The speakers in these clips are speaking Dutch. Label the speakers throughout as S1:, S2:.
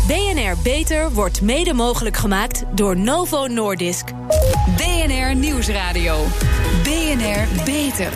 S1: BNR Beter wordt mede mogelijk gemaakt door Novo Nordisk.
S2: BNR Nieuwsradio. BNR Beter.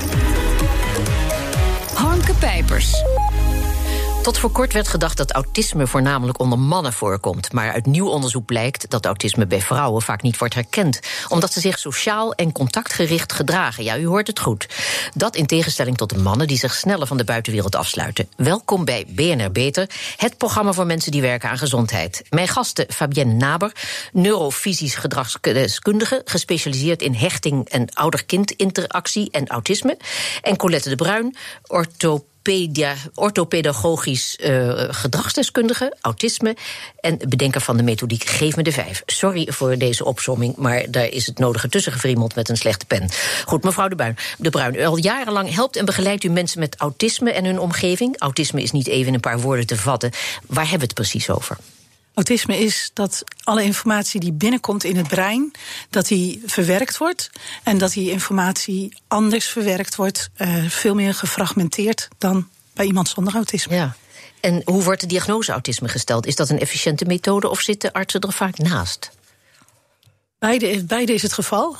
S2: Hanke Pijpers.
S3: Tot voor kort werd gedacht dat autisme voornamelijk onder mannen voorkomt. Maar uit nieuw onderzoek blijkt dat autisme bij vrouwen vaak niet wordt herkend, omdat ze zich sociaal en contactgericht gedragen. Ja, u hoort het goed. Dat in tegenstelling tot de mannen die zich sneller van de buitenwereld afsluiten. Welkom bij BNR Beter, het programma voor mensen die werken aan gezondheid. Mijn gasten Fabienne Naber, neurofysisch gedragsdeskundige, gespecialiseerd in hechting en ouder-kind interactie en autisme. En Colette de Bruin, orthopedagogisch gedragsdeskundige, autisme en bedenker van de methodiek Geef me de 5. Sorry voor deze opsomming, maar daar is het nodige tussen gefriemeld met een slechte pen. Goed, mevrouw de Bruin, al jarenlang helpt en begeleidt u mensen met autisme en hun omgeving. Autisme is niet even in een paar woorden te vatten. Waar hebben we het precies over?
S4: Autisme is dat alle informatie die binnenkomt in het brein, dat die verwerkt wordt. En dat die informatie anders verwerkt wordt, veel meer gefragmenteerd dan bij iemand zonder autisme. Ja.
S3: En hoe wordt de diagnose autisme gesteld? Is dat een efficiënte methode of zitten artsen er vaak naast?
S4: Beide is het geval.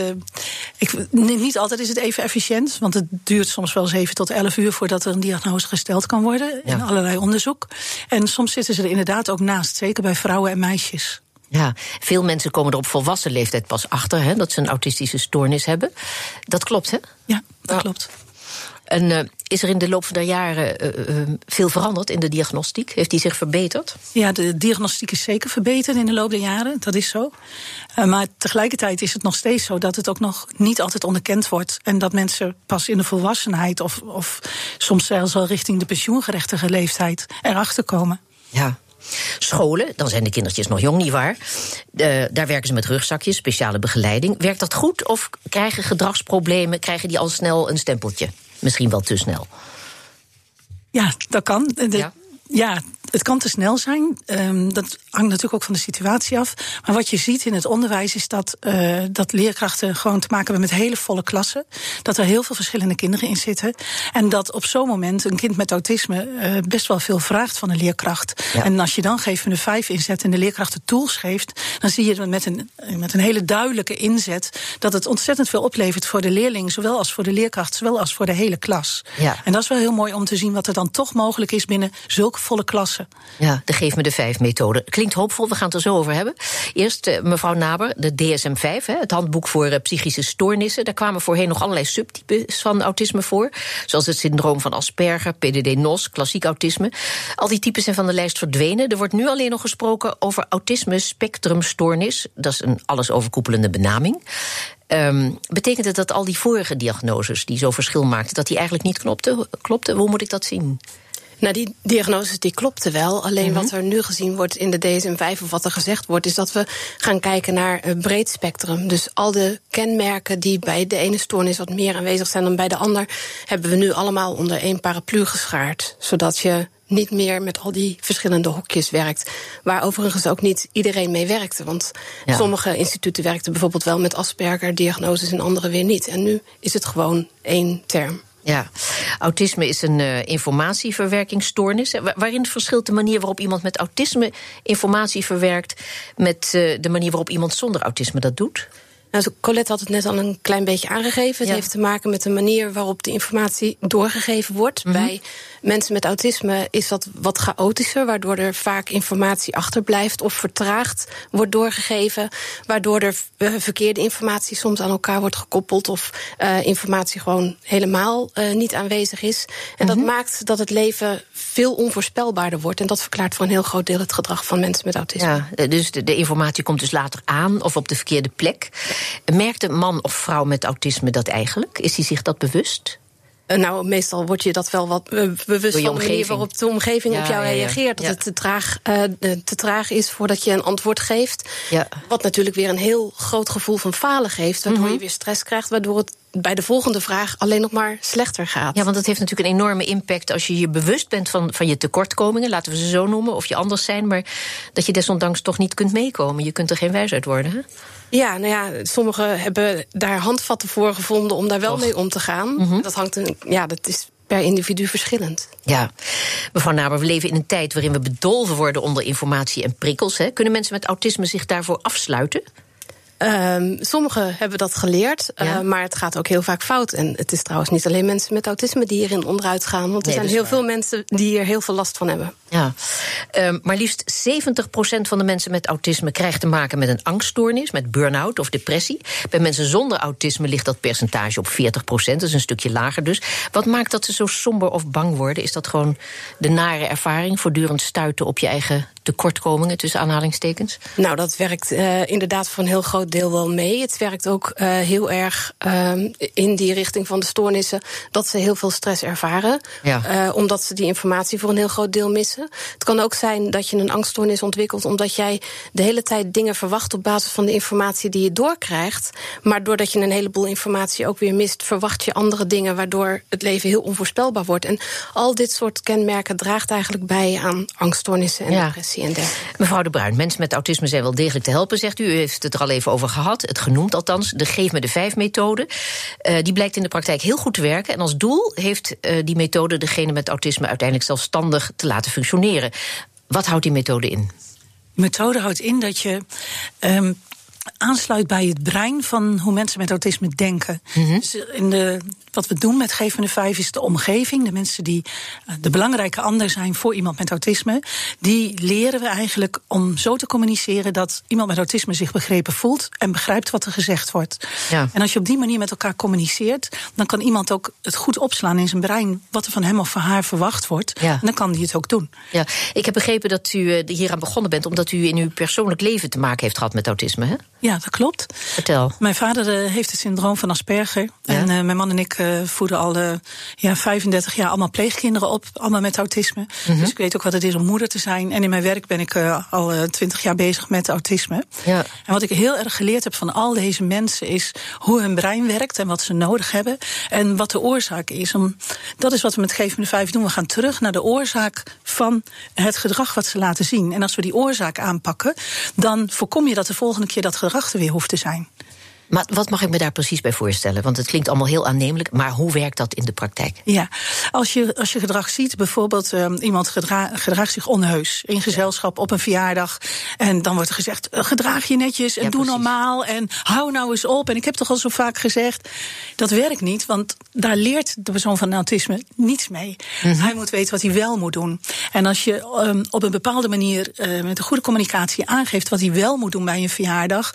S4: Niet altijd is het even efficiënt, want het duurt soms wel 7 tot 11 uur voordat er een diagnose gesteld kan worden in allerlei onderzoek. En soms zitten ze er inderdaad ook naast, zeker bij vrouwen en meisjes.
S3: Ja, veel mensen komen er op volwassen leeftijd pas achter dat ze een autistische stoornis hebben. Dat klopt, hè?
S4: Ja, dat klopt.
S3: En is er in de loop van de jaren veel veranderd in de diagnostiek? Heeft die zich verbeterd?
S4: Ja, de diagnostiek is zeker verbeterd in de loop der jaren, dat is zo. Maar tegelijkertijd is het nog steeds zo dat het ook nog niet altijd onderkend wordt. En dat mensen pas in de volwassenheid of soms zelfs al richting de pensioengerechtige leeftijd erachter komen.
S3: Ja. Scholen, dan zijn de kindertjes nog jong, nietwaar? Daar werken ze met rugzakjes, speciale begeleiding. Werkt dat goed of krijgen gedragsproblemen, krijgen die al snel een stempeltje? Misschien wel te snel. Ja,
S4: dat kan. Ja, het kan te snel zijn. Dat hangt natuurlijk ook van de situatie af. Maar wat je ziet in het onderwijs is dat leerkrachten gewoon te maken hebben met hele volle klassen. Dat er heel veel verschillende kinderen in zitten. En dat op zo'n moment een kind met autisme best wel veel vraagt van een leerkracht. Ja. En als je dan Geef me de 5 inzet en de leerkracht de tools geeft, dan zie je met een hele duidelijke inzet dat het ontzettend veel oplevert voor de leerling, zowel als voor de leerkracht, zowel als voor de hele klas. Ja. En dat is wel heel mooi om te zien wat er dan toch mogelijk is binnen zulke volle klassen. Ja,
S3: de Geef me de 5 methode. Klinkt hoopvol, we gaan het er zo over hebben. Eerst mevrouw Naber, de DSM-5, het handboek voor psychische stoornissen. Daar kwamen voorheen nog allerlei subtypes van autisme voor. Zoals het syndroom van Asperger, PDD-NOS, klassiek autisme. Al die types zijn van de lijst verdwenen. Er wordt nu alleen nog gesproken over autisme-spectrumstoornis. Dat is een allesoverkoepelende benaming. Betekent het dat al die vorige diagnoses die zo verschil maakten, dat die eigenlijk niet klopten? Hoe moet ik dat zien?
S5: Nou, die diagnoses die klopten wel. Alleen wat er nu gezien wordt in de DSM-5, of wat er gezegd wordt, is dat we gaan kijken naar een breed spectrum. Dus al de kenmerken die bij de ene stoornis wat meer aanwezig zijn dan bij de ander, hebben we nu allemaal onder één paraplu geschaard. Zodat je niet meer met al die verschillende hokjes werkt. Waar overigens ook niet iedereen mee werkte. Want sommige instituten werkten bijvoorbeeld wel met Asperger-diagnoses en andere weer niet. En nu is het gewoon één term.
S3: Ja, autisme is een informatieverwerkingsstoornis. Waarin verschilt de manier waarop iemand met autisme informatie verwerkt met de manier waarop iemand zonder autisme dat doet?
S5: Nou, Colette had het net al een klein beetje aangegeven. Het heeft te maken met de manier waarop de informatie doorgegeven wordt. Bij mensen met autisme is dat wat chaotischer, waardoor er vaak informatie achterblijft of vertraagd wordt doorgegeven, waardoor er verkeerde informatie soms aan elkaar wordt gekoppeld of informatie gewoon helemaal niet aanwezig is. En dat maakt dat het leven veel onvoorspelbaarder wordt. En dat verklaart voor een heel groot deel het gedrag van mensen met autisme.
S3: Ja, dus de informatie komt dus later aan of op de verkeerde plek. Merkt een man of vrouw met autisme dat eigenlijk? Is hij zich dat bewust?
S5: Nou, meestal word je dat wel wat bewust van de manier waarop de omgeving op jou reageert. Dat het te traag is voordat je een antwoord geeft. Ja. Wat natuurlijk weer een heel groot gevoel van falen geeft. Waardoor je weer stress krijgt, waardoor het bij de volgende vraag alleen nog maar slechter gaat. Ja,
S3: want het heeft natuurlijk een enorme impact als je je bewust bent van je tekortkomingen, laten we ze zo noemen, of je anders zijn, maar dat je desondanks toch niet kunt meekomen. Je kunt er geen wijs uit worden, hè?
S5: Ja, nou ja, sommigen hebben daar handvatten voor gevonden om daar wel mee om te gaan. Dat hangt dat is per individu verschillend.
S3: Ja, mevrouw Naber, we leven in een tijd waarin we bedolven worden onder informatie en prikkels. Hè? Kunnen mensen met autisme zich daarvoor afsluiten?
S5: Sommigen hebben dat geleerd, maar het gaat ook heel vaak fout. En het is trouwens niet alleen mensen met autisme die hierin onderuit gaan, want er zijn heel veel mensen die hier heel veel last van hebben.
S3: Ja, maar liefst 70% van de mensen met autisme krijgt te maken met een angststoornis, met burn-out of depressie. Bij mensen zonder autisme ligt dat percentage op 40%, dat is een stukje lager dus. Wat maakt dat ze zo somber of bang worden? Is dat gewoon de nare ervaring, voortdurend stuiten op je eigen tekortkomingen, tussen aanhalingstekens?
S5: Nou, dat werkt inderdaad voor een heel groot deel wel mee. Het werkt ook heel erg in die richting van de stoornissen, dat ze heel veel stress ervaren, omdat ze die informatie voor een heel groot deel missen. Het kan ook zijn dat je een angststoornis ontwikkelt omdat jij de hele tijd dingen verwacht op basis van de informatie die je doorkrijgt, maar doordat je een heleboel informatie ook weer mist, verwacht je andere dingen, waardoor het leven heel onvoorspelbaar wordt. En al dit soort kenmerken draagt eigenlijk bij aan angststoornissen en depressie.
S3: Mevrouw De Bruin, mensen met autisme zijn wel degelijk te helpen, zegt u. U heeft het er al even over gehad, het genoemd althans, de Geef me de 5-methode. Die blijkt in de praktijk heel goed te werken. En als doel heeft die methode degene met autisme uiteindelijk zelfstandig te laten functioneren. Wat houdt die methode in?
S4: De methode houdt in dat je aansluit bij het brein van hoe mensen met autisme denken. Mm-hmm. Dus wat we doen met Geef me de 5 is de omgeving, de mensen die de belangrijke ander zijn voor iemand met autisme, die leren we eigenlijk om zo te communiceren dat iemand met autisme zich begrepen voelt en begrijpt wat er gezegd wordt. Ja. En als je op die manier met elkaar communiceert, dan kan iemand ook het goed opslaan in zijn brein wat er van hem of van haar verwacht wordt. Ja. En dan kan hij het ook doen.
S3: Ja. Ik heb begrepen dat u hieraan begonnen bent omdat u in uw persoonlijk leven te maken heeft gehad met autisme, hè?
S4: Ja, dat klopt.
S3: Vertel.
S4: Mijn vader heeft het syndroom van Asperger. Ja. En mijn man en ik voeden al 35 jaar allemaal pleegkinderen op, allemaal met autisme. Mm-hmm. Dus ik weet ook wat het is om moeder te zijn. En in mijn werk ben ik al 20 jaar bezig met autisme. Ja. En wat ik heel erg geleerd heb van al deze mensen is hoe hun brein werkt en wat ze nodig hebben. En wat de oorzaak is. Dat is wat we met Geef me de 5 doen. We gaan terug naar de oorzaak van het gedrag wat ze laten zien. En als we die oorzaak aanpakken, dan voorkom je dat de volgende keer dat gedrag er weer hoeft te zijn.
S3: Maar wat mag ik me daar precies bij voorstellen? Want het klinkt allemaal heel aannemelijk, maar hoe werkt dat in de praktijk?
S4: Ja, als je gedrag ziet, bijvoorbeeld iemand gedraagt zich onheus in gezelschap op een verjaardag, en dan wordt er gezegd, gedraag je netjes en doe normaal en hou nou eens op. En ik heb toch al zo vaak gezegd, dat werkt niet, want daar leert de persoon van autisme niets mee. Mm-hmm. Hij moet weten wat hij wel moet doen. En als je op een bepaalde manier met een goede communicatie aangeeft wat hij wel moet doen bij een verjaardag,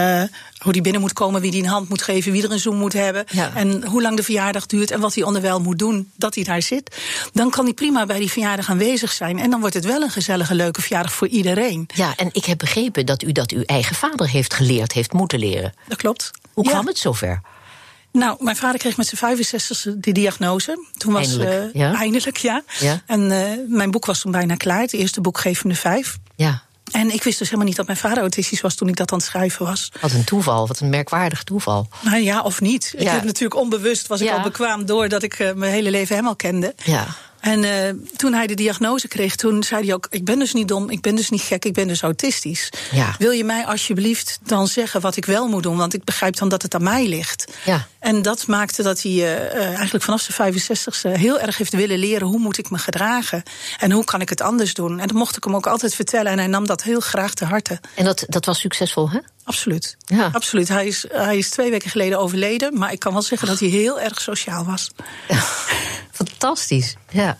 S4: hoe die binnen moet komen, wie die een hand moet geven, wie er een zoen moet hebben, en hoe lang de verjaardag duurt en wat hij onderwijl moet doen, dat hij daar zit, dan kan hij prima bij die verjaardag aanwezig zijn. En dan wordt het wel een gezellige, leuke verjaardag voor iedereen.
S3: Ja, en ik heb begrepen dat u uw eigen vader heeft geleerd, heeft moeten leren.
S4: Dat klopt.
S3: Hoe kwam het zover?
S4: Nou, mijn vader kreeg met zijn 65e die diagnose. Toen was eindelijk, ja. En mijn boek was toen bijna klaar. Het eerste boek Geef me de 5. Ja. En ik wist dus helemaal niet dat mijn vader autistisch was toen ik dat aan het schrijven was.
S3: Wat een toeval, wat een merkwaardig toeval.
S4: Nou ja, of niet. Ik heb natuurlijk onbewust, was ik al bekwaam doordat ik mijn hele leven hem al kende. Ja. En toen hij de diagnose kreeg, toen zei hij ook, ik ben dus niet dom, ik ben dus niet gek, ik ben dus autistisch. Ja. Wil je mij alsjeblieft dan zeggen wat ik wel moet doen? Want ik begrijp dan dat het aan mij ligt. Ja. En dat maakte dat hij eigenlijk vanaf zijn 65e heel erg heeft willen leren, hoe moet ik me gedragen? En hoe kan ik het anders doen? En dat mocht ik hem ook altijd vertellen en hij nam dat heel graag te harte.
S3: En dat was succesvol, hè?
S4: Absoluut. Ja. Absoluut. Hij is 2 weken geleden overleden, maar ik kan wel zeggen dat hij heel erg sociaal was.
S3: Ja. Fantastisch, ja.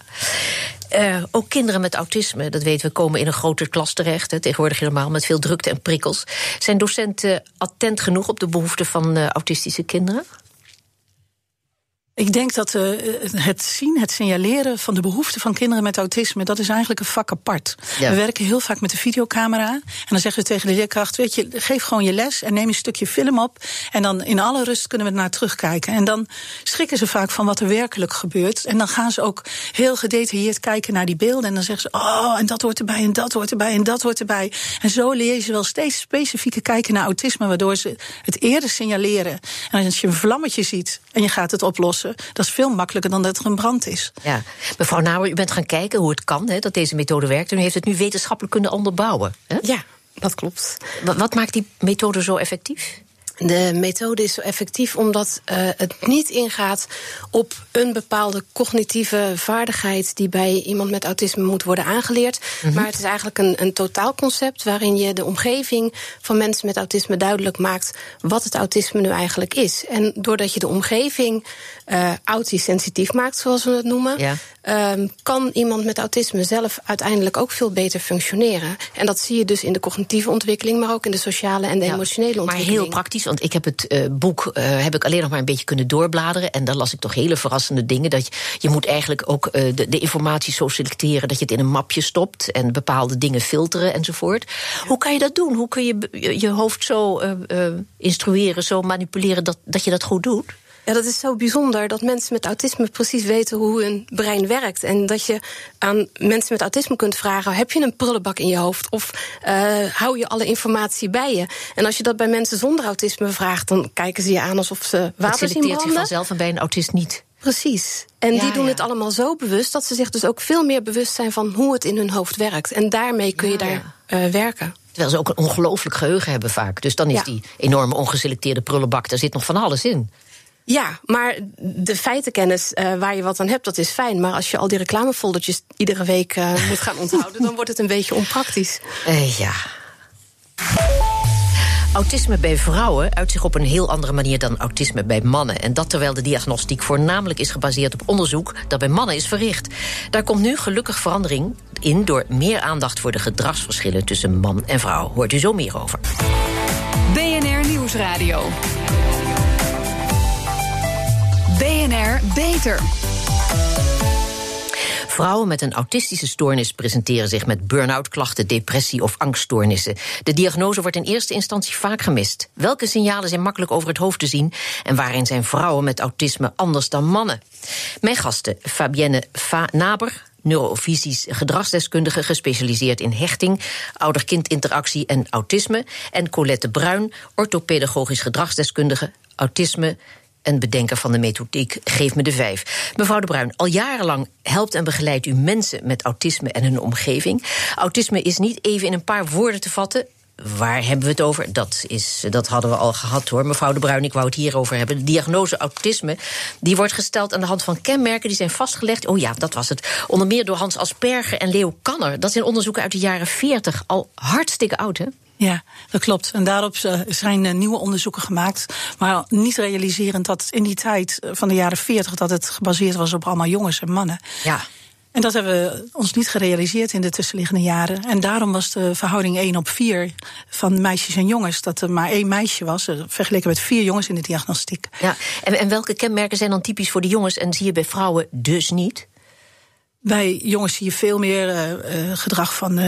S3: Ook kinderen met autisme, dat weten we, komen in een grotere klas terecht. Tegenwoordig helemaal met veel drukte en prikkels. Zijn docenten attent genoeg op de behoeften van autistische kinderen?
S4: Ik denk dat het signaleren van de behoeften van kinderen met autisme, dat is eigenlijk een vak apart. Ja. We werken heel vaak met de videocamera. En dan zeggen we tegen de leerkracht, weet je, geef gewoon je les en neem een stukje film op. En dan in alle rust kunnen we naar terugkijken. En dan schrikken ze vaak van wat er werkelijk gebeurt. En dan gaan ze ook heel gedetailleerd kijken naar die beelden. En dan zeggen ze, oh, en dat hoort erbij, en dat hoort erbij, en dat hoort erbij. En zo leer je ze wel steeds specifieker kijken naar autisme, waardoor ze het eerder signaleren. En als je een vlammetje ziet en je gaat het oplossen, dat is veel makkelijker dan dat er een brand is.
S3: Ja. Mevrouw Naber, u bent gaan kijken hoe het kan, dat deze methode werkt. En u heeft het nu wetenschappelijk kunnen onderbouwen. Hè?
S5: Ja, dat klopt.
S3: Wat maakt die methode zo effectief?
S5: De methode is zo effectief omdat het niet ingaat op een bepaalde cognitieve vaardigheid die bij iemand met autisme moet worden aangeleerd. Mm-hmm. Maar het is eigenlijk een totaalconcept waarin je de omgeving van mensen met autisme duidelijk maakt wat het autisme nu eigenlijk is. En doordat je de omgeving autisensitief maakt, zoals we het noemen, kan iemand met autisme zelf uiteindelijk ook veel beter functioneren. En dat zie je dus in de cognitieve ontwikkeling, maar ook in de sociale en de emotionele ontwikkeling.
S3: Maar heel praktisch, want ik heb het boek heb ik alleen nog maar een beetje kunnen doorbladeren. En daar las ik toch hele verrassende dingen. Dat je moet eigenlijk ook de informatie zo selecteren dat je het in een mapje stopt en bepaalde dingen filteren enzovoort. Ja. Hoe kan je dat doen? Hoe kun je je hoofd zo instrueren, zo manipuleren dat je dat goed doet?
S5: Ja, dat is zo bijzonder dat mensen met autisme precies weten hoe hun brein werkt. En dat je aan mensen met autisme kunt vragen, heb je een prullenbak in je hoofd? Of hou je alle informatie bij je? En als je dat bij mensen zonder autisme vraagt, dan kijken ze je aan alsof ze water zien branden.
S3: Het selecteert zich vanzelf en bij een autist niet.
S5: Precies. En die doen het allemaal zo bewust dat ze zich dus ook veel meer bewust zijn van hoe het in hun hoofd werkt. En daarmee kun je daar werken.
S3: Terwijl ze ook een ongelooflijk geheugen hebben vaak. Dus dan is die enorme ongeselecteerde prullenbak, daar zit nog van alles in.
S5: Ja, maar de feitenkennis waar je wat aan hebt, dat is fijn. Maar als je al die reclamefoldertjes iedere week moet gaan onthouden, dan wordt het een beetje onpraktisch.
S3: Ja. Autisme bij vrouwen uit zich op een heel andere manier dan autisme bij mannen. En dat terwijl de diagnostiek voornamelijk is gebaseerd op onderzoek dat bij mannen is verricht. Daar komt nu gelukkig verandering in door meer aandacht voor de gedragsverschillen tussen man en vrouw. Hoort u zo meer over.
S2: BNR Nieuwsradio. BNR Beter.
S3: Vrouwen met een autistische stoornis presenteren zich met burn-out klachten, depressie of angststoornissen. De diagnose wordt in eerste instantie vaak gemist. Welke signalen zijn makkelijk over het hoofd te zien en waarin zijn vrouwen met autisme anders dan mannen? Mijn gasten, Fabienne Naber, neurofysisch gedragsdeskundige gespecialiseerd in hechting, ouder-kindinteractie en autisme, en Colette Bruin, orthopedagogisch gedragsdeskundige, autisme en bedenker van de methodiek Geef me de 5. Mevrouw de Bruin, al jarenlang helpt en begeleidt u mensen met autisme en hun omgeving. Autisme is niet even in een paar woorden te vatten. Waar hebben we het over? Dat hadden we al gehad, hoor. Mevrouw de Bruin, ik wou het hierover hebben. De diagnose autisme die wordt gesteld aan de hand van kenmerken die zijn vastgelegd. Oh ja, dat was het. Onder meer door Hans Asperger en Leo Kanner. Dat zijn onderzoeken uit de jaren 40. Al hartstikke oud, hè?
S4: Ja, dat klopt. En daarop zijn nieuwe onderzoeken gemaakt. Maar niet realiserend dat in die tijd van de jaren 40... dat het gebaseerd was op allemaal jongens en mannen.
S3: Ja.
S4: En dat hebben we ons niet gerealiseerd in de tussenliggende jaren. En daarom was de verhouding 1/4 van meisjes en jongens, dat er maar 1 meisje was, vergeleken met 4 jongens in de diagnostiek.
S3: Ja. En welke kenmerken zijn dan typisch voor de jongens en zie je bij vrouwen dus niet?
S4: Bij jongens zie je veel meer gedrag van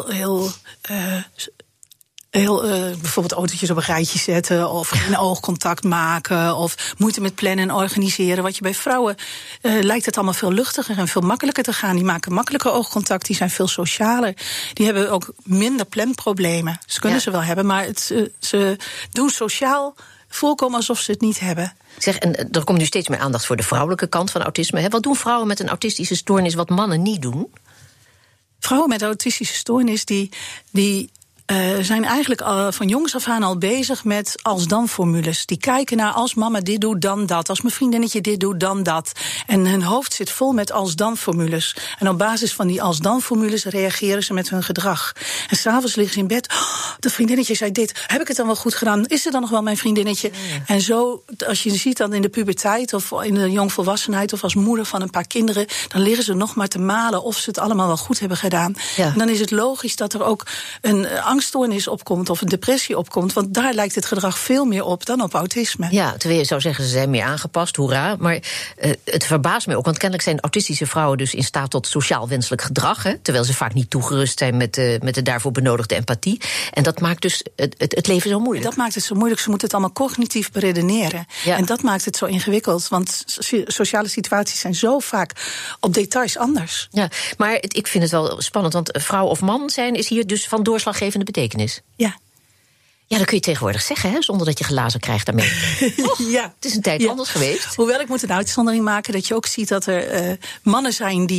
S4: bijvoorbeeld autootjes op een rijtje zetten, of geen oogcontact maken, of moeite met plannen en organiseren. Wat je bij vrouwen lijkt het allemaal veel luchtiger en veel makkelijker te gaan. Die maken makkelijker oogcontact, die zijn veel socialer. Die hebben ook minder planproblemen. Ze kunnen ze wel hebben, maar ze doen sociaal voorkomen alsof ze het niet hebben.
S3: Zeg, en er komt nu steeds meer aandacht voor de vrouwelijke kant van autisme. Hè? Wat doen vrouwen met een autistische stoornis wat mannen niet doen?
S4: Vrouwen met autistische stoornis die zijn eigenlijk van jongs af aan al bezig met als-dan-formules. Die kijken naar als mama dit doet, dan dat. Als mijn vriendinnetje dit doet, dan dat. En hun hoofd zit vol met als-dan-formules. En op basis van die als-dan-formules reageren ze met hun gedrag. En 's avonds liggen ze in bed. Oh, dat vriendinnetje zei dit. Heb ik het dan wel goed gedaan? Is er dan nog wel mijn vriendinnetje? Ja. En zo, als je ziet dan in de puberteit of in de jongvolwassenheid of als moeder van een paar kinderen, dan liggen ze nog maar te malen of ze het allemaal wel goed hebben gedaan. Ja. En dan is het logisch dat er ook een angststoornis opkomt of een depressie opkomt, want daar lijkt het gedrag veel meer op dan op autisme.
S3: Ja, terwijl je zou zeggen, ze zijn meer aangepast, hoera. Maar het verbaast me ook, want kennelijk zijn autistische vrouwen dus in staat tot sociaal wenselijk gedrag, hè, terwijl ze vaak niet toegerust zijn met de daarvoor benodigde empathie. En dat maakt dus het leven zo moeilijk.
S4: Dat maakt het zo moeilijk. Ze moeten het allemaal cognitief beredeneren. Ja. En dat maakt het zo ingewikkeld, want sociale situaties zijn zo vaak op details anders.
S3: Ja, maar ik vind het wel spannend, want vrouw of man zijn is hier dus van doorslaggevende betekenis.
S4: Ja.
S3: Ja, dat kun je tegenwoordig zeggen, hè, zonder dat je glazen krijgt daarmee. Och, ja. Het is een tijd anders geweest.
S4: Hoewel ik moet een uitzondering maken dat je ook ziet dat er mannen zijn die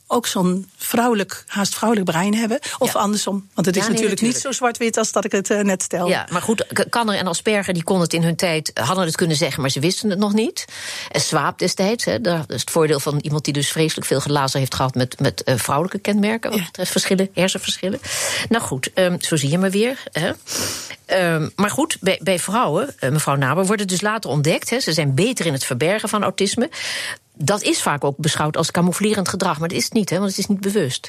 S4: ook zo'n haast vrouwelijk brein hebben. Of andersom. Want het is natuurlijk niet zo zwart-wit als dat ik het net stel.
S3: Ja, maar goed, Kanner en Asperger die konden het in hun tijd, hadden het kunnen zeggen, maar ze wisten het nog niet. En Swaap destijds, dat is het voordeel van iemand die dus vreselijk veel glazen heeft gehad met vrouwelijke kenmerken, wat betreft hersenverschillen. Nou goed, zo zie je maar weer. Hè. Maar goed, bij vrouwen, mevrouw Naber, wordt het dus later ontdekt. Hè, ze zijn beter in het verbergen van autisme. Dat is vaak ook beschouwd als camouflerend gedrag, maar dat is het niet, hè, want het is niet bewust.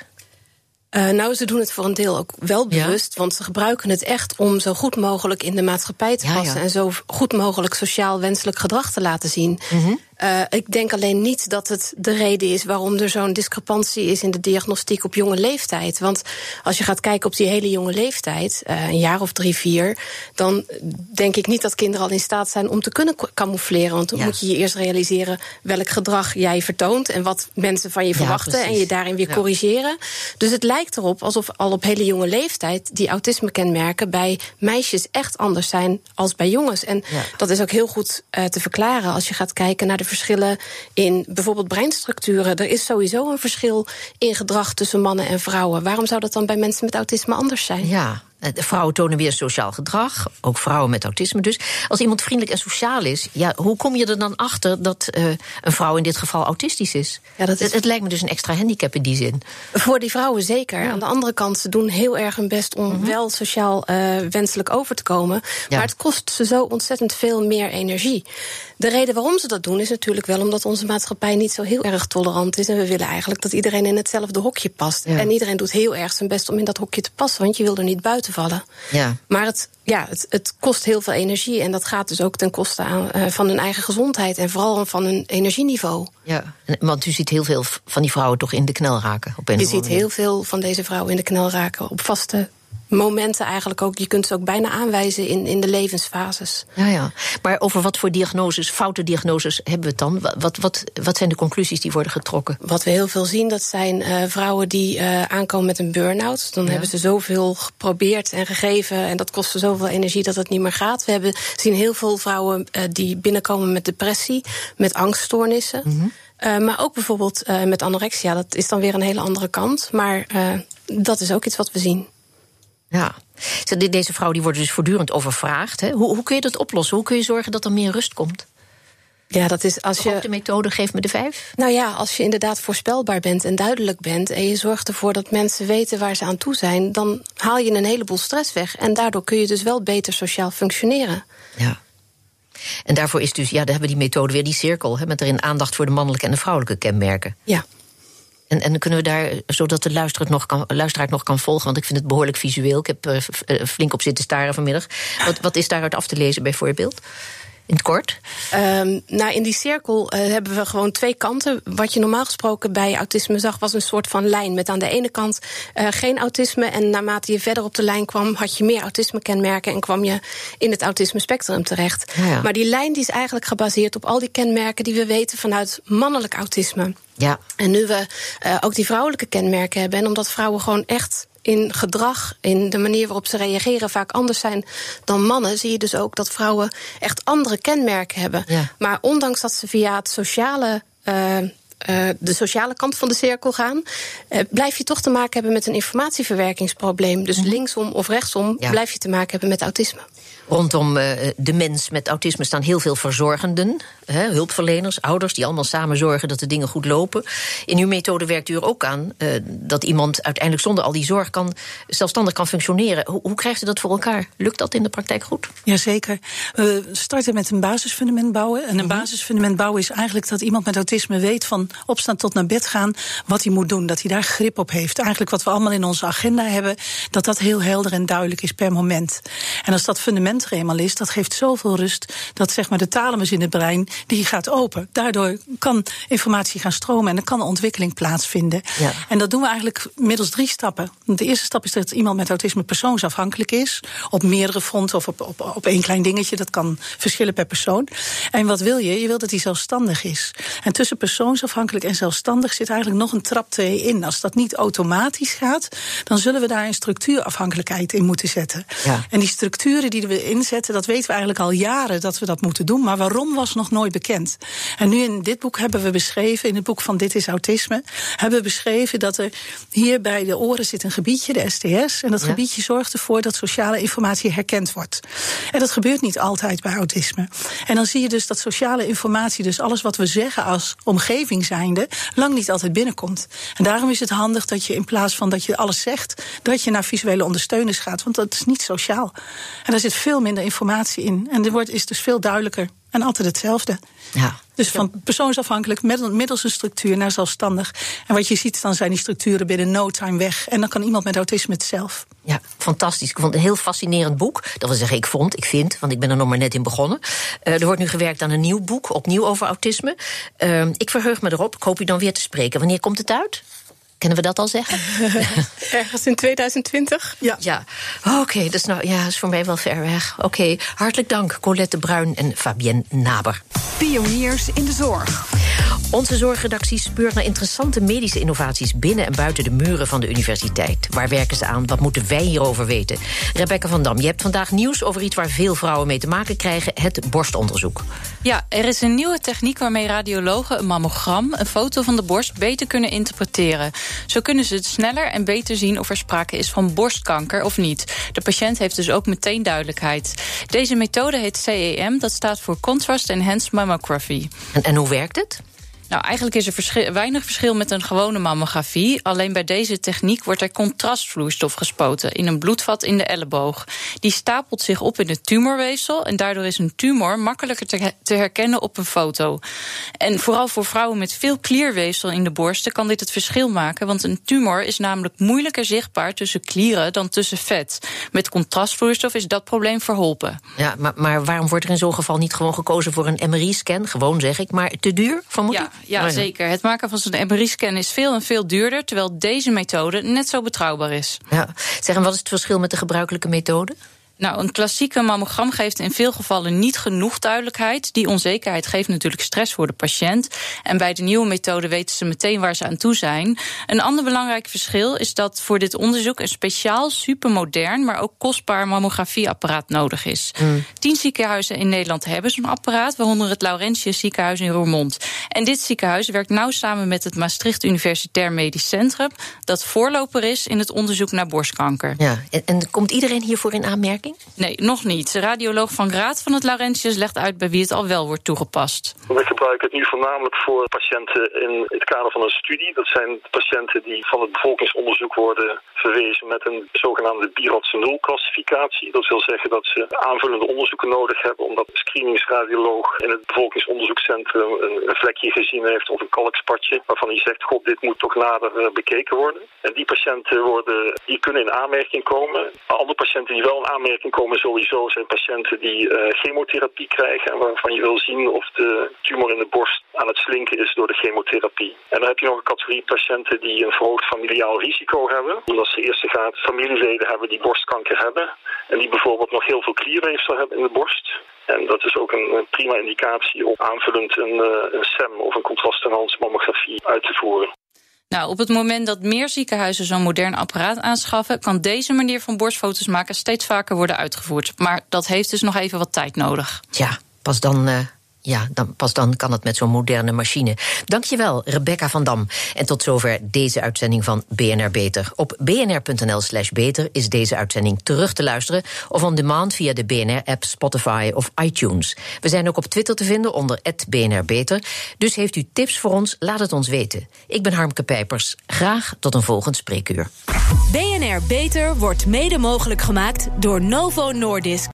S5: Ze doen het voor een deel ook wel bewust, want ze gebruiken het echt om zo goed mogelijk in de maatschappij te passen en zo goed mogelijk sociaal wenselijk gedrag te laten zien. Mm-hmm. Ik denk alleen niet dat het de reden is waarom er zo'n discrepantie is in de diagnostiek op jonge leeftijd. Want als je gaat kijken op die hele jonge leeftijd, een jaar of 3, 4... dan denk ik niet dat kinderen al in staat zijn om te kunnen camoufleren. Want dan moet je eerst realiseren welk gedrag jij vertoont en wat mensen van je verwachten en je daarin weer corrigeren. Dus het lijkt erop alsof al op hele jonge leeftijd die autisme-kenmerken bij meisjes echt anders zijn als bij jongens. En dat is ook heel goed te verklaren als je gaat kijken naar de verschillen in bijvoorbeeld breinstructuren. Er is sowieso een verschil in gedrag tussen mannen en vrouwen. Waarom zou dat dan bij mensen met autisme anders zijn?
S3: Ja. De vrouwen tonen weer sociaal gedrag, ook vrouwen met autisme dus. Als iemand vriendelijk en sociaal is, hoe kom je er dan achter dat een vrouw in dit geval autistisch is? Ja, het lijkt me dus een extra handicap in die zin.
S5: Voor die vrouwen zeker. Ja. Aan de andere kant, ze doen heel erg hun best om wel sociaal wenselijk over te komen. Maar het kost ze zo ontzettend veel meer energie. De reden waarom ze dat doen is natuurlijk wel omdat onze maatschappij niet zo heel erg tolerant is. En we willen eigenlijk dat iedereen in hetzelfde hokje past. Ja. En iedereen doet heel erg zijn best om in dat hokje te passen, want je wil er niet buiten vallen. Ja. Maar het kost heel veel energie en dat gaat dus ook ten koste van hun eigen gezondheid en vooral van hun energieniveau.
S3: Ja, want u ziet heel veel van die vrouwen toch in de knel raken?
S5: Je ziet heel veel van deze vrouwen in de knel raken op vaste momenten eigenlijk ook. Je kunt ze ook bijna aanwijzen in de levensfases.
S3: Ja. Maar over wat voor diagnoses, foute diagnoses hebben we het dan? Wat zijn de conclusies die worden getrokken?
S5: Wat we heel veel zien, dat zijn vrouwen die aankomen met een burn-out. Dan hebben ze zoveel geprobeerd en gegeven en dat kost ze zoveel energie dat het niet meer gaat. We zien heel veel vrouwen die binnenkomen met depressie, met angststoornissen. Mm-hmm. Maar ook bijvoorbeeld met anorexia. Dat is dan weer een hele andere kant. Maar dat is ook iets wat we zien.
S3: Ja, deze vrouwen die worden dus voortdurend overvraagd. Hè? Hoe kun je dat oplossen? Hoe kun je zorgen dat er meer rust komt?
S5: Ja, dat is als je.
S3: De methode geef me de 5?
S5: Nou ja, als je inderdaad voorspelbaar bent en duidelijk bent en je zorgt ervoor dat mensen weten waar ze aan toe zijn, dan haal je een heleboel stress weg. En daardoor kun je dus wel beter sociaal functioneren. Ja.
S3: En daarvoor is dus, daar hebben we die methode weer, die cirkel, met erin aandacht voor de mannelijke en de vrouwelijke kenmerken. Ja. En dan kunnen we daar, zodat de luisteraar het nog kan volgen, want ik vind het behoorlijk visueel. Ik heb flink op zitten staren vanmiddag. Wat is daaruit af te lezen bijvoorbeeld? In het kort?
S5: In die cirkel hebben we gewoon 2 kanten. Wat je normaal gesproken bij autisme zag, was een soort van lijn. Met aan de ene kant geen autisme. En naarmate je verder op de lijn kwam, had je meer autisme-kenmerken en kwam je in het autisme-spectrum terecht. Ja. Maar die lijn die is eigenlijk gebaseerd op al die kenmerken die we weten vanuit mannelijk autisme. Ja. En nu we ook die vrouwelijke kenmerken hebben, en omdat vrouwen gewoon echt in gedrag, in de manier waarop ze reageren, vaak anders zijn dan mannen, zie je dus ook dat vrouwen echt andere kenmerken hebben. Ja. Maar ondanks dat ze via het sociale, de sociale kant van de cirkel gaan, blijf je toch te maken hebben met een informatieverwerkingsprobleem. Dus linksom of rechtsom blijf je te maken hebben met autisme.
S3: Rondom de mens met autisme staan heel veel verzorgenden, hulpverleners, ouders, die allemaal samen zorgen dat de dingen goed lopen. In uw methode werkt u er ook aan dat iemand uiteindelijk zonder al die zorg zelfstandig kan functioneren. Hoe krijgt u dat voor elkaar? Lukt dat in de praktijk goed?
S4: Jazeker. We starten met een basisfundament bouwen. En een basisfundament bouwen is eigenlijk dat iemand met autisme weet van opstaan tot naar bed gaan wat hij moet doen. Dat hij daar grip op heeft. Eigenlijk wat we allemaal in onze agenda hebben, dat heel helder en duidelijk is per moment. En als dat fundament er eenmaal is, dat geeft zoveel rust dat zeg maar de thalamus in het brein, die gaat open. Daardoor kan informatie gaan stromen en er kan een ontwikkeling plaatsvinden. Ja. En dat doen we eigenlijk middels 3 stappen. De eerste stap is dat iemand met autisme persoonsafhankelijk is, op meerdere fronten of op 1 klein dingetje. Dat kan verschillen per persoon. En wat wil je? Je wil dat hij zelfstandig is. En tussen persoonsafhankelijk en zelfstandig zit eigenlijk nog een trap 2 in. Als dat niet automatisch gaat, dan zullen we daar een structuurafhankelijkheid in moeten zetten. Ja. En die structuur structuren die we inzetten, dat weten we eigenlijk al jaren dat we dat moeten doen. Maar waarom was nog nooit bekend. En nu in dit boek hebben we beschreven, in het boek van Dit is Autisme, hebben we beschreven dat er hier bij de oren zit een gebiedje, de STS. En dat gebiedje zorgt ervoor dat sociale informatie herkend wordt. En dat gebeurt niet altijd bij autisme. En dan zie je dus dat sociale informatie, dus alles wat we zeggen als omgeving zijnde, lang niet altijd binnenkomt. En daarom is het handig dat je in plaats van dat je alles zegt, dat je naar visuele ondersteuners gaat. Want dat is niet sociaal. En daar zit veel minder informatie in. En dit is dus veel duidelijker. En altijd hetzelfde.
S3: Ja.
S4: Dus van persoonsafhankelijk middels een structuur naar zelfstandig. En wat je ziet, dan zijn die structuren binnen no time weg. En dan kan iemand met autisme het zelf.
S3: Ja, fantastisch. Ik vond het een heel fascinerend boek. Dat wil zeggen, ik vind, want ik ben er nog maar net in begonnen. Er wordt nu gewerkt aan een nieuw boek, opnieuw over autisme. Ik verheug me erop. Ik hoop u dan weer te spreken. Wanneer komt het uit? Kunnen we dat al zeggen?
S5: Ergens in 2020?
S3: Ja. Oké, dus is voor mij wel ver weg. Oké, hartelijk dank Colette Bruin en Fabienne Naber.
S2: Pioniers in de zorg.
S3: Onze zorgredactie speurt naar interessante medische innovaties binnen en buiten de muren van de universiteit. Waar werken ze aan? Wat moeten wij hierover weten? Rebecca van Dam, je hebt vandaag nieuws over iets waar veel vrouwen mee te maken krijgen: het borstonderzoek.
S6: Ja, er is een nieuwe techniek waarmee radiologen een mammogram, een foto van de borst, beter kunnen interpreteren. Zo kunnen ze het sneller en beter zien of er sprake is van borstkanker of niet. De patiënt heeft dus ook meteen duidelijkheid. Deze methode heet CEM, dat staat voor Contrast Enhanced Mammography.
S3: En hoe werkt het?
S6: Nou, eigenlijk is er weinig verschil met een gewone mammografie. Alleen bij deze techniek wordt er contrastvloeistof gespoten in een bloedvat in de elleboog. Die stapelt zich op in het tumorweefsel en daardoor is een tumor makkelijker te herkennen op een foto. En vooral voor vrouwen met veel klierweefsel in de borsten kan dit het verschil maken, want een tumor is namelijk moeilijker zichtbaar tussen klieren dan tussen vet. Met contrastvloeistof is dat probleem verholpen.
S3: Ja, maar waarom wordt er in zo'n geval niet gewoon gekozen voor een MRI-scan? Gewoon zeg ik, maar te duur, vermoed ik?
S6: Ja, zeker. Het maken van zo'n MRI-scan is veel en veel duurder, terwijl deze methode net zo betrouwbaar is.
S3: Ja. Zeg, en wat is het verschil met de gebruikelijke methode?
S6: Nou, een klassieke mammogram geeft in veel gevallen niet genoeg duidelijkheid. Die onzekerheid geeft natuurlijk stress voor de patiënt. En bij de nieuwe methode weten ze meteen waar ze aan toe zijn. Een ander belangrijk verschil is dat voor dit onderzoek een speciaal, supermodern, maar ook kostbaar mammografieapparaat nodig is. 10 ziekenhuizen in Nederland hebben zo'n apparaat, waaronder het Laurentius ziekenhuis in Roermond. En dit ziekenhuis werkt nauw samen met het Maastricht Universitair Medisch Centrum, dat voorloper is in het onderzoek naar borstkanker.
S3: Ja, en komt iedereen hiervoor in aanmerking?
S6: Nee, nog niet. De radioloog Van Graat van het Laurentius legt uit bij wie het al wel wordt toegepast.
S7: We gebruiken het nu voornamelijk voor patiënten in het kader van een studie. Dat zijn patiënten die van het bevolkingsonderzoek worden verwezen met een zogenaamde BIRADS 0-classificatie. Dat wil zeggen dat ze aanvullende onderzoeken nodig hebben, omdat de screeningsradioloog in het bevolkingsonderzoekscentrum een vlekje gezien heeft of een kalkspatje, waarvan hij zegt, god, dit moet toch nader bekeken worden. En die patiënten die kunnen in aanmerking komen. Andere patiënten die wel in aanmerking komen sowieso zijn patiënten die chemotherapie krijgen en waarvan je wil zien of de tumor in de borst aan het slinken is door de chemotherapie. En dan heb je nog een categorie patiënten die een verhoogd familiaal risico hebben, omdat ze eerst familieleden hebben die borstkanker hebben en die bijvoorbeeld nog heel veel klierweefsel hebben in de borst. En dat is ook een prima indicatie om aanvullend een SEM of een contrast-enhanced mammografie uit te voeren.
S6: Nou, op het moment dat meer ziekenhuizen zo'n modern apparaat aanschaffen, kan deze manier van borstfoto's maken steeds vaker worden uitgevoerd. Maar dat heeft dus nog even wat tijd nodig.
S3: Ja, pas dan kan het met zo'n moderne machine. Dankjewel, Rebecca van Dam. En tot zover deze uitzending van BNR Beter. Op bnr.nl/beter is deze uitzending terug te luisteren of on demand via de BNR-app, Spotify of iTunes. We zijn ook op Twitter te vinden onder @BNRBeter. Dus heeft u tips voor ons, laat het ons weten. Ik ben Harmke Pijpers. Graag tot een volgend spreekuur.
S1: BNR Beter wordt mede mogelijk gemaakt door Novo Nordisk.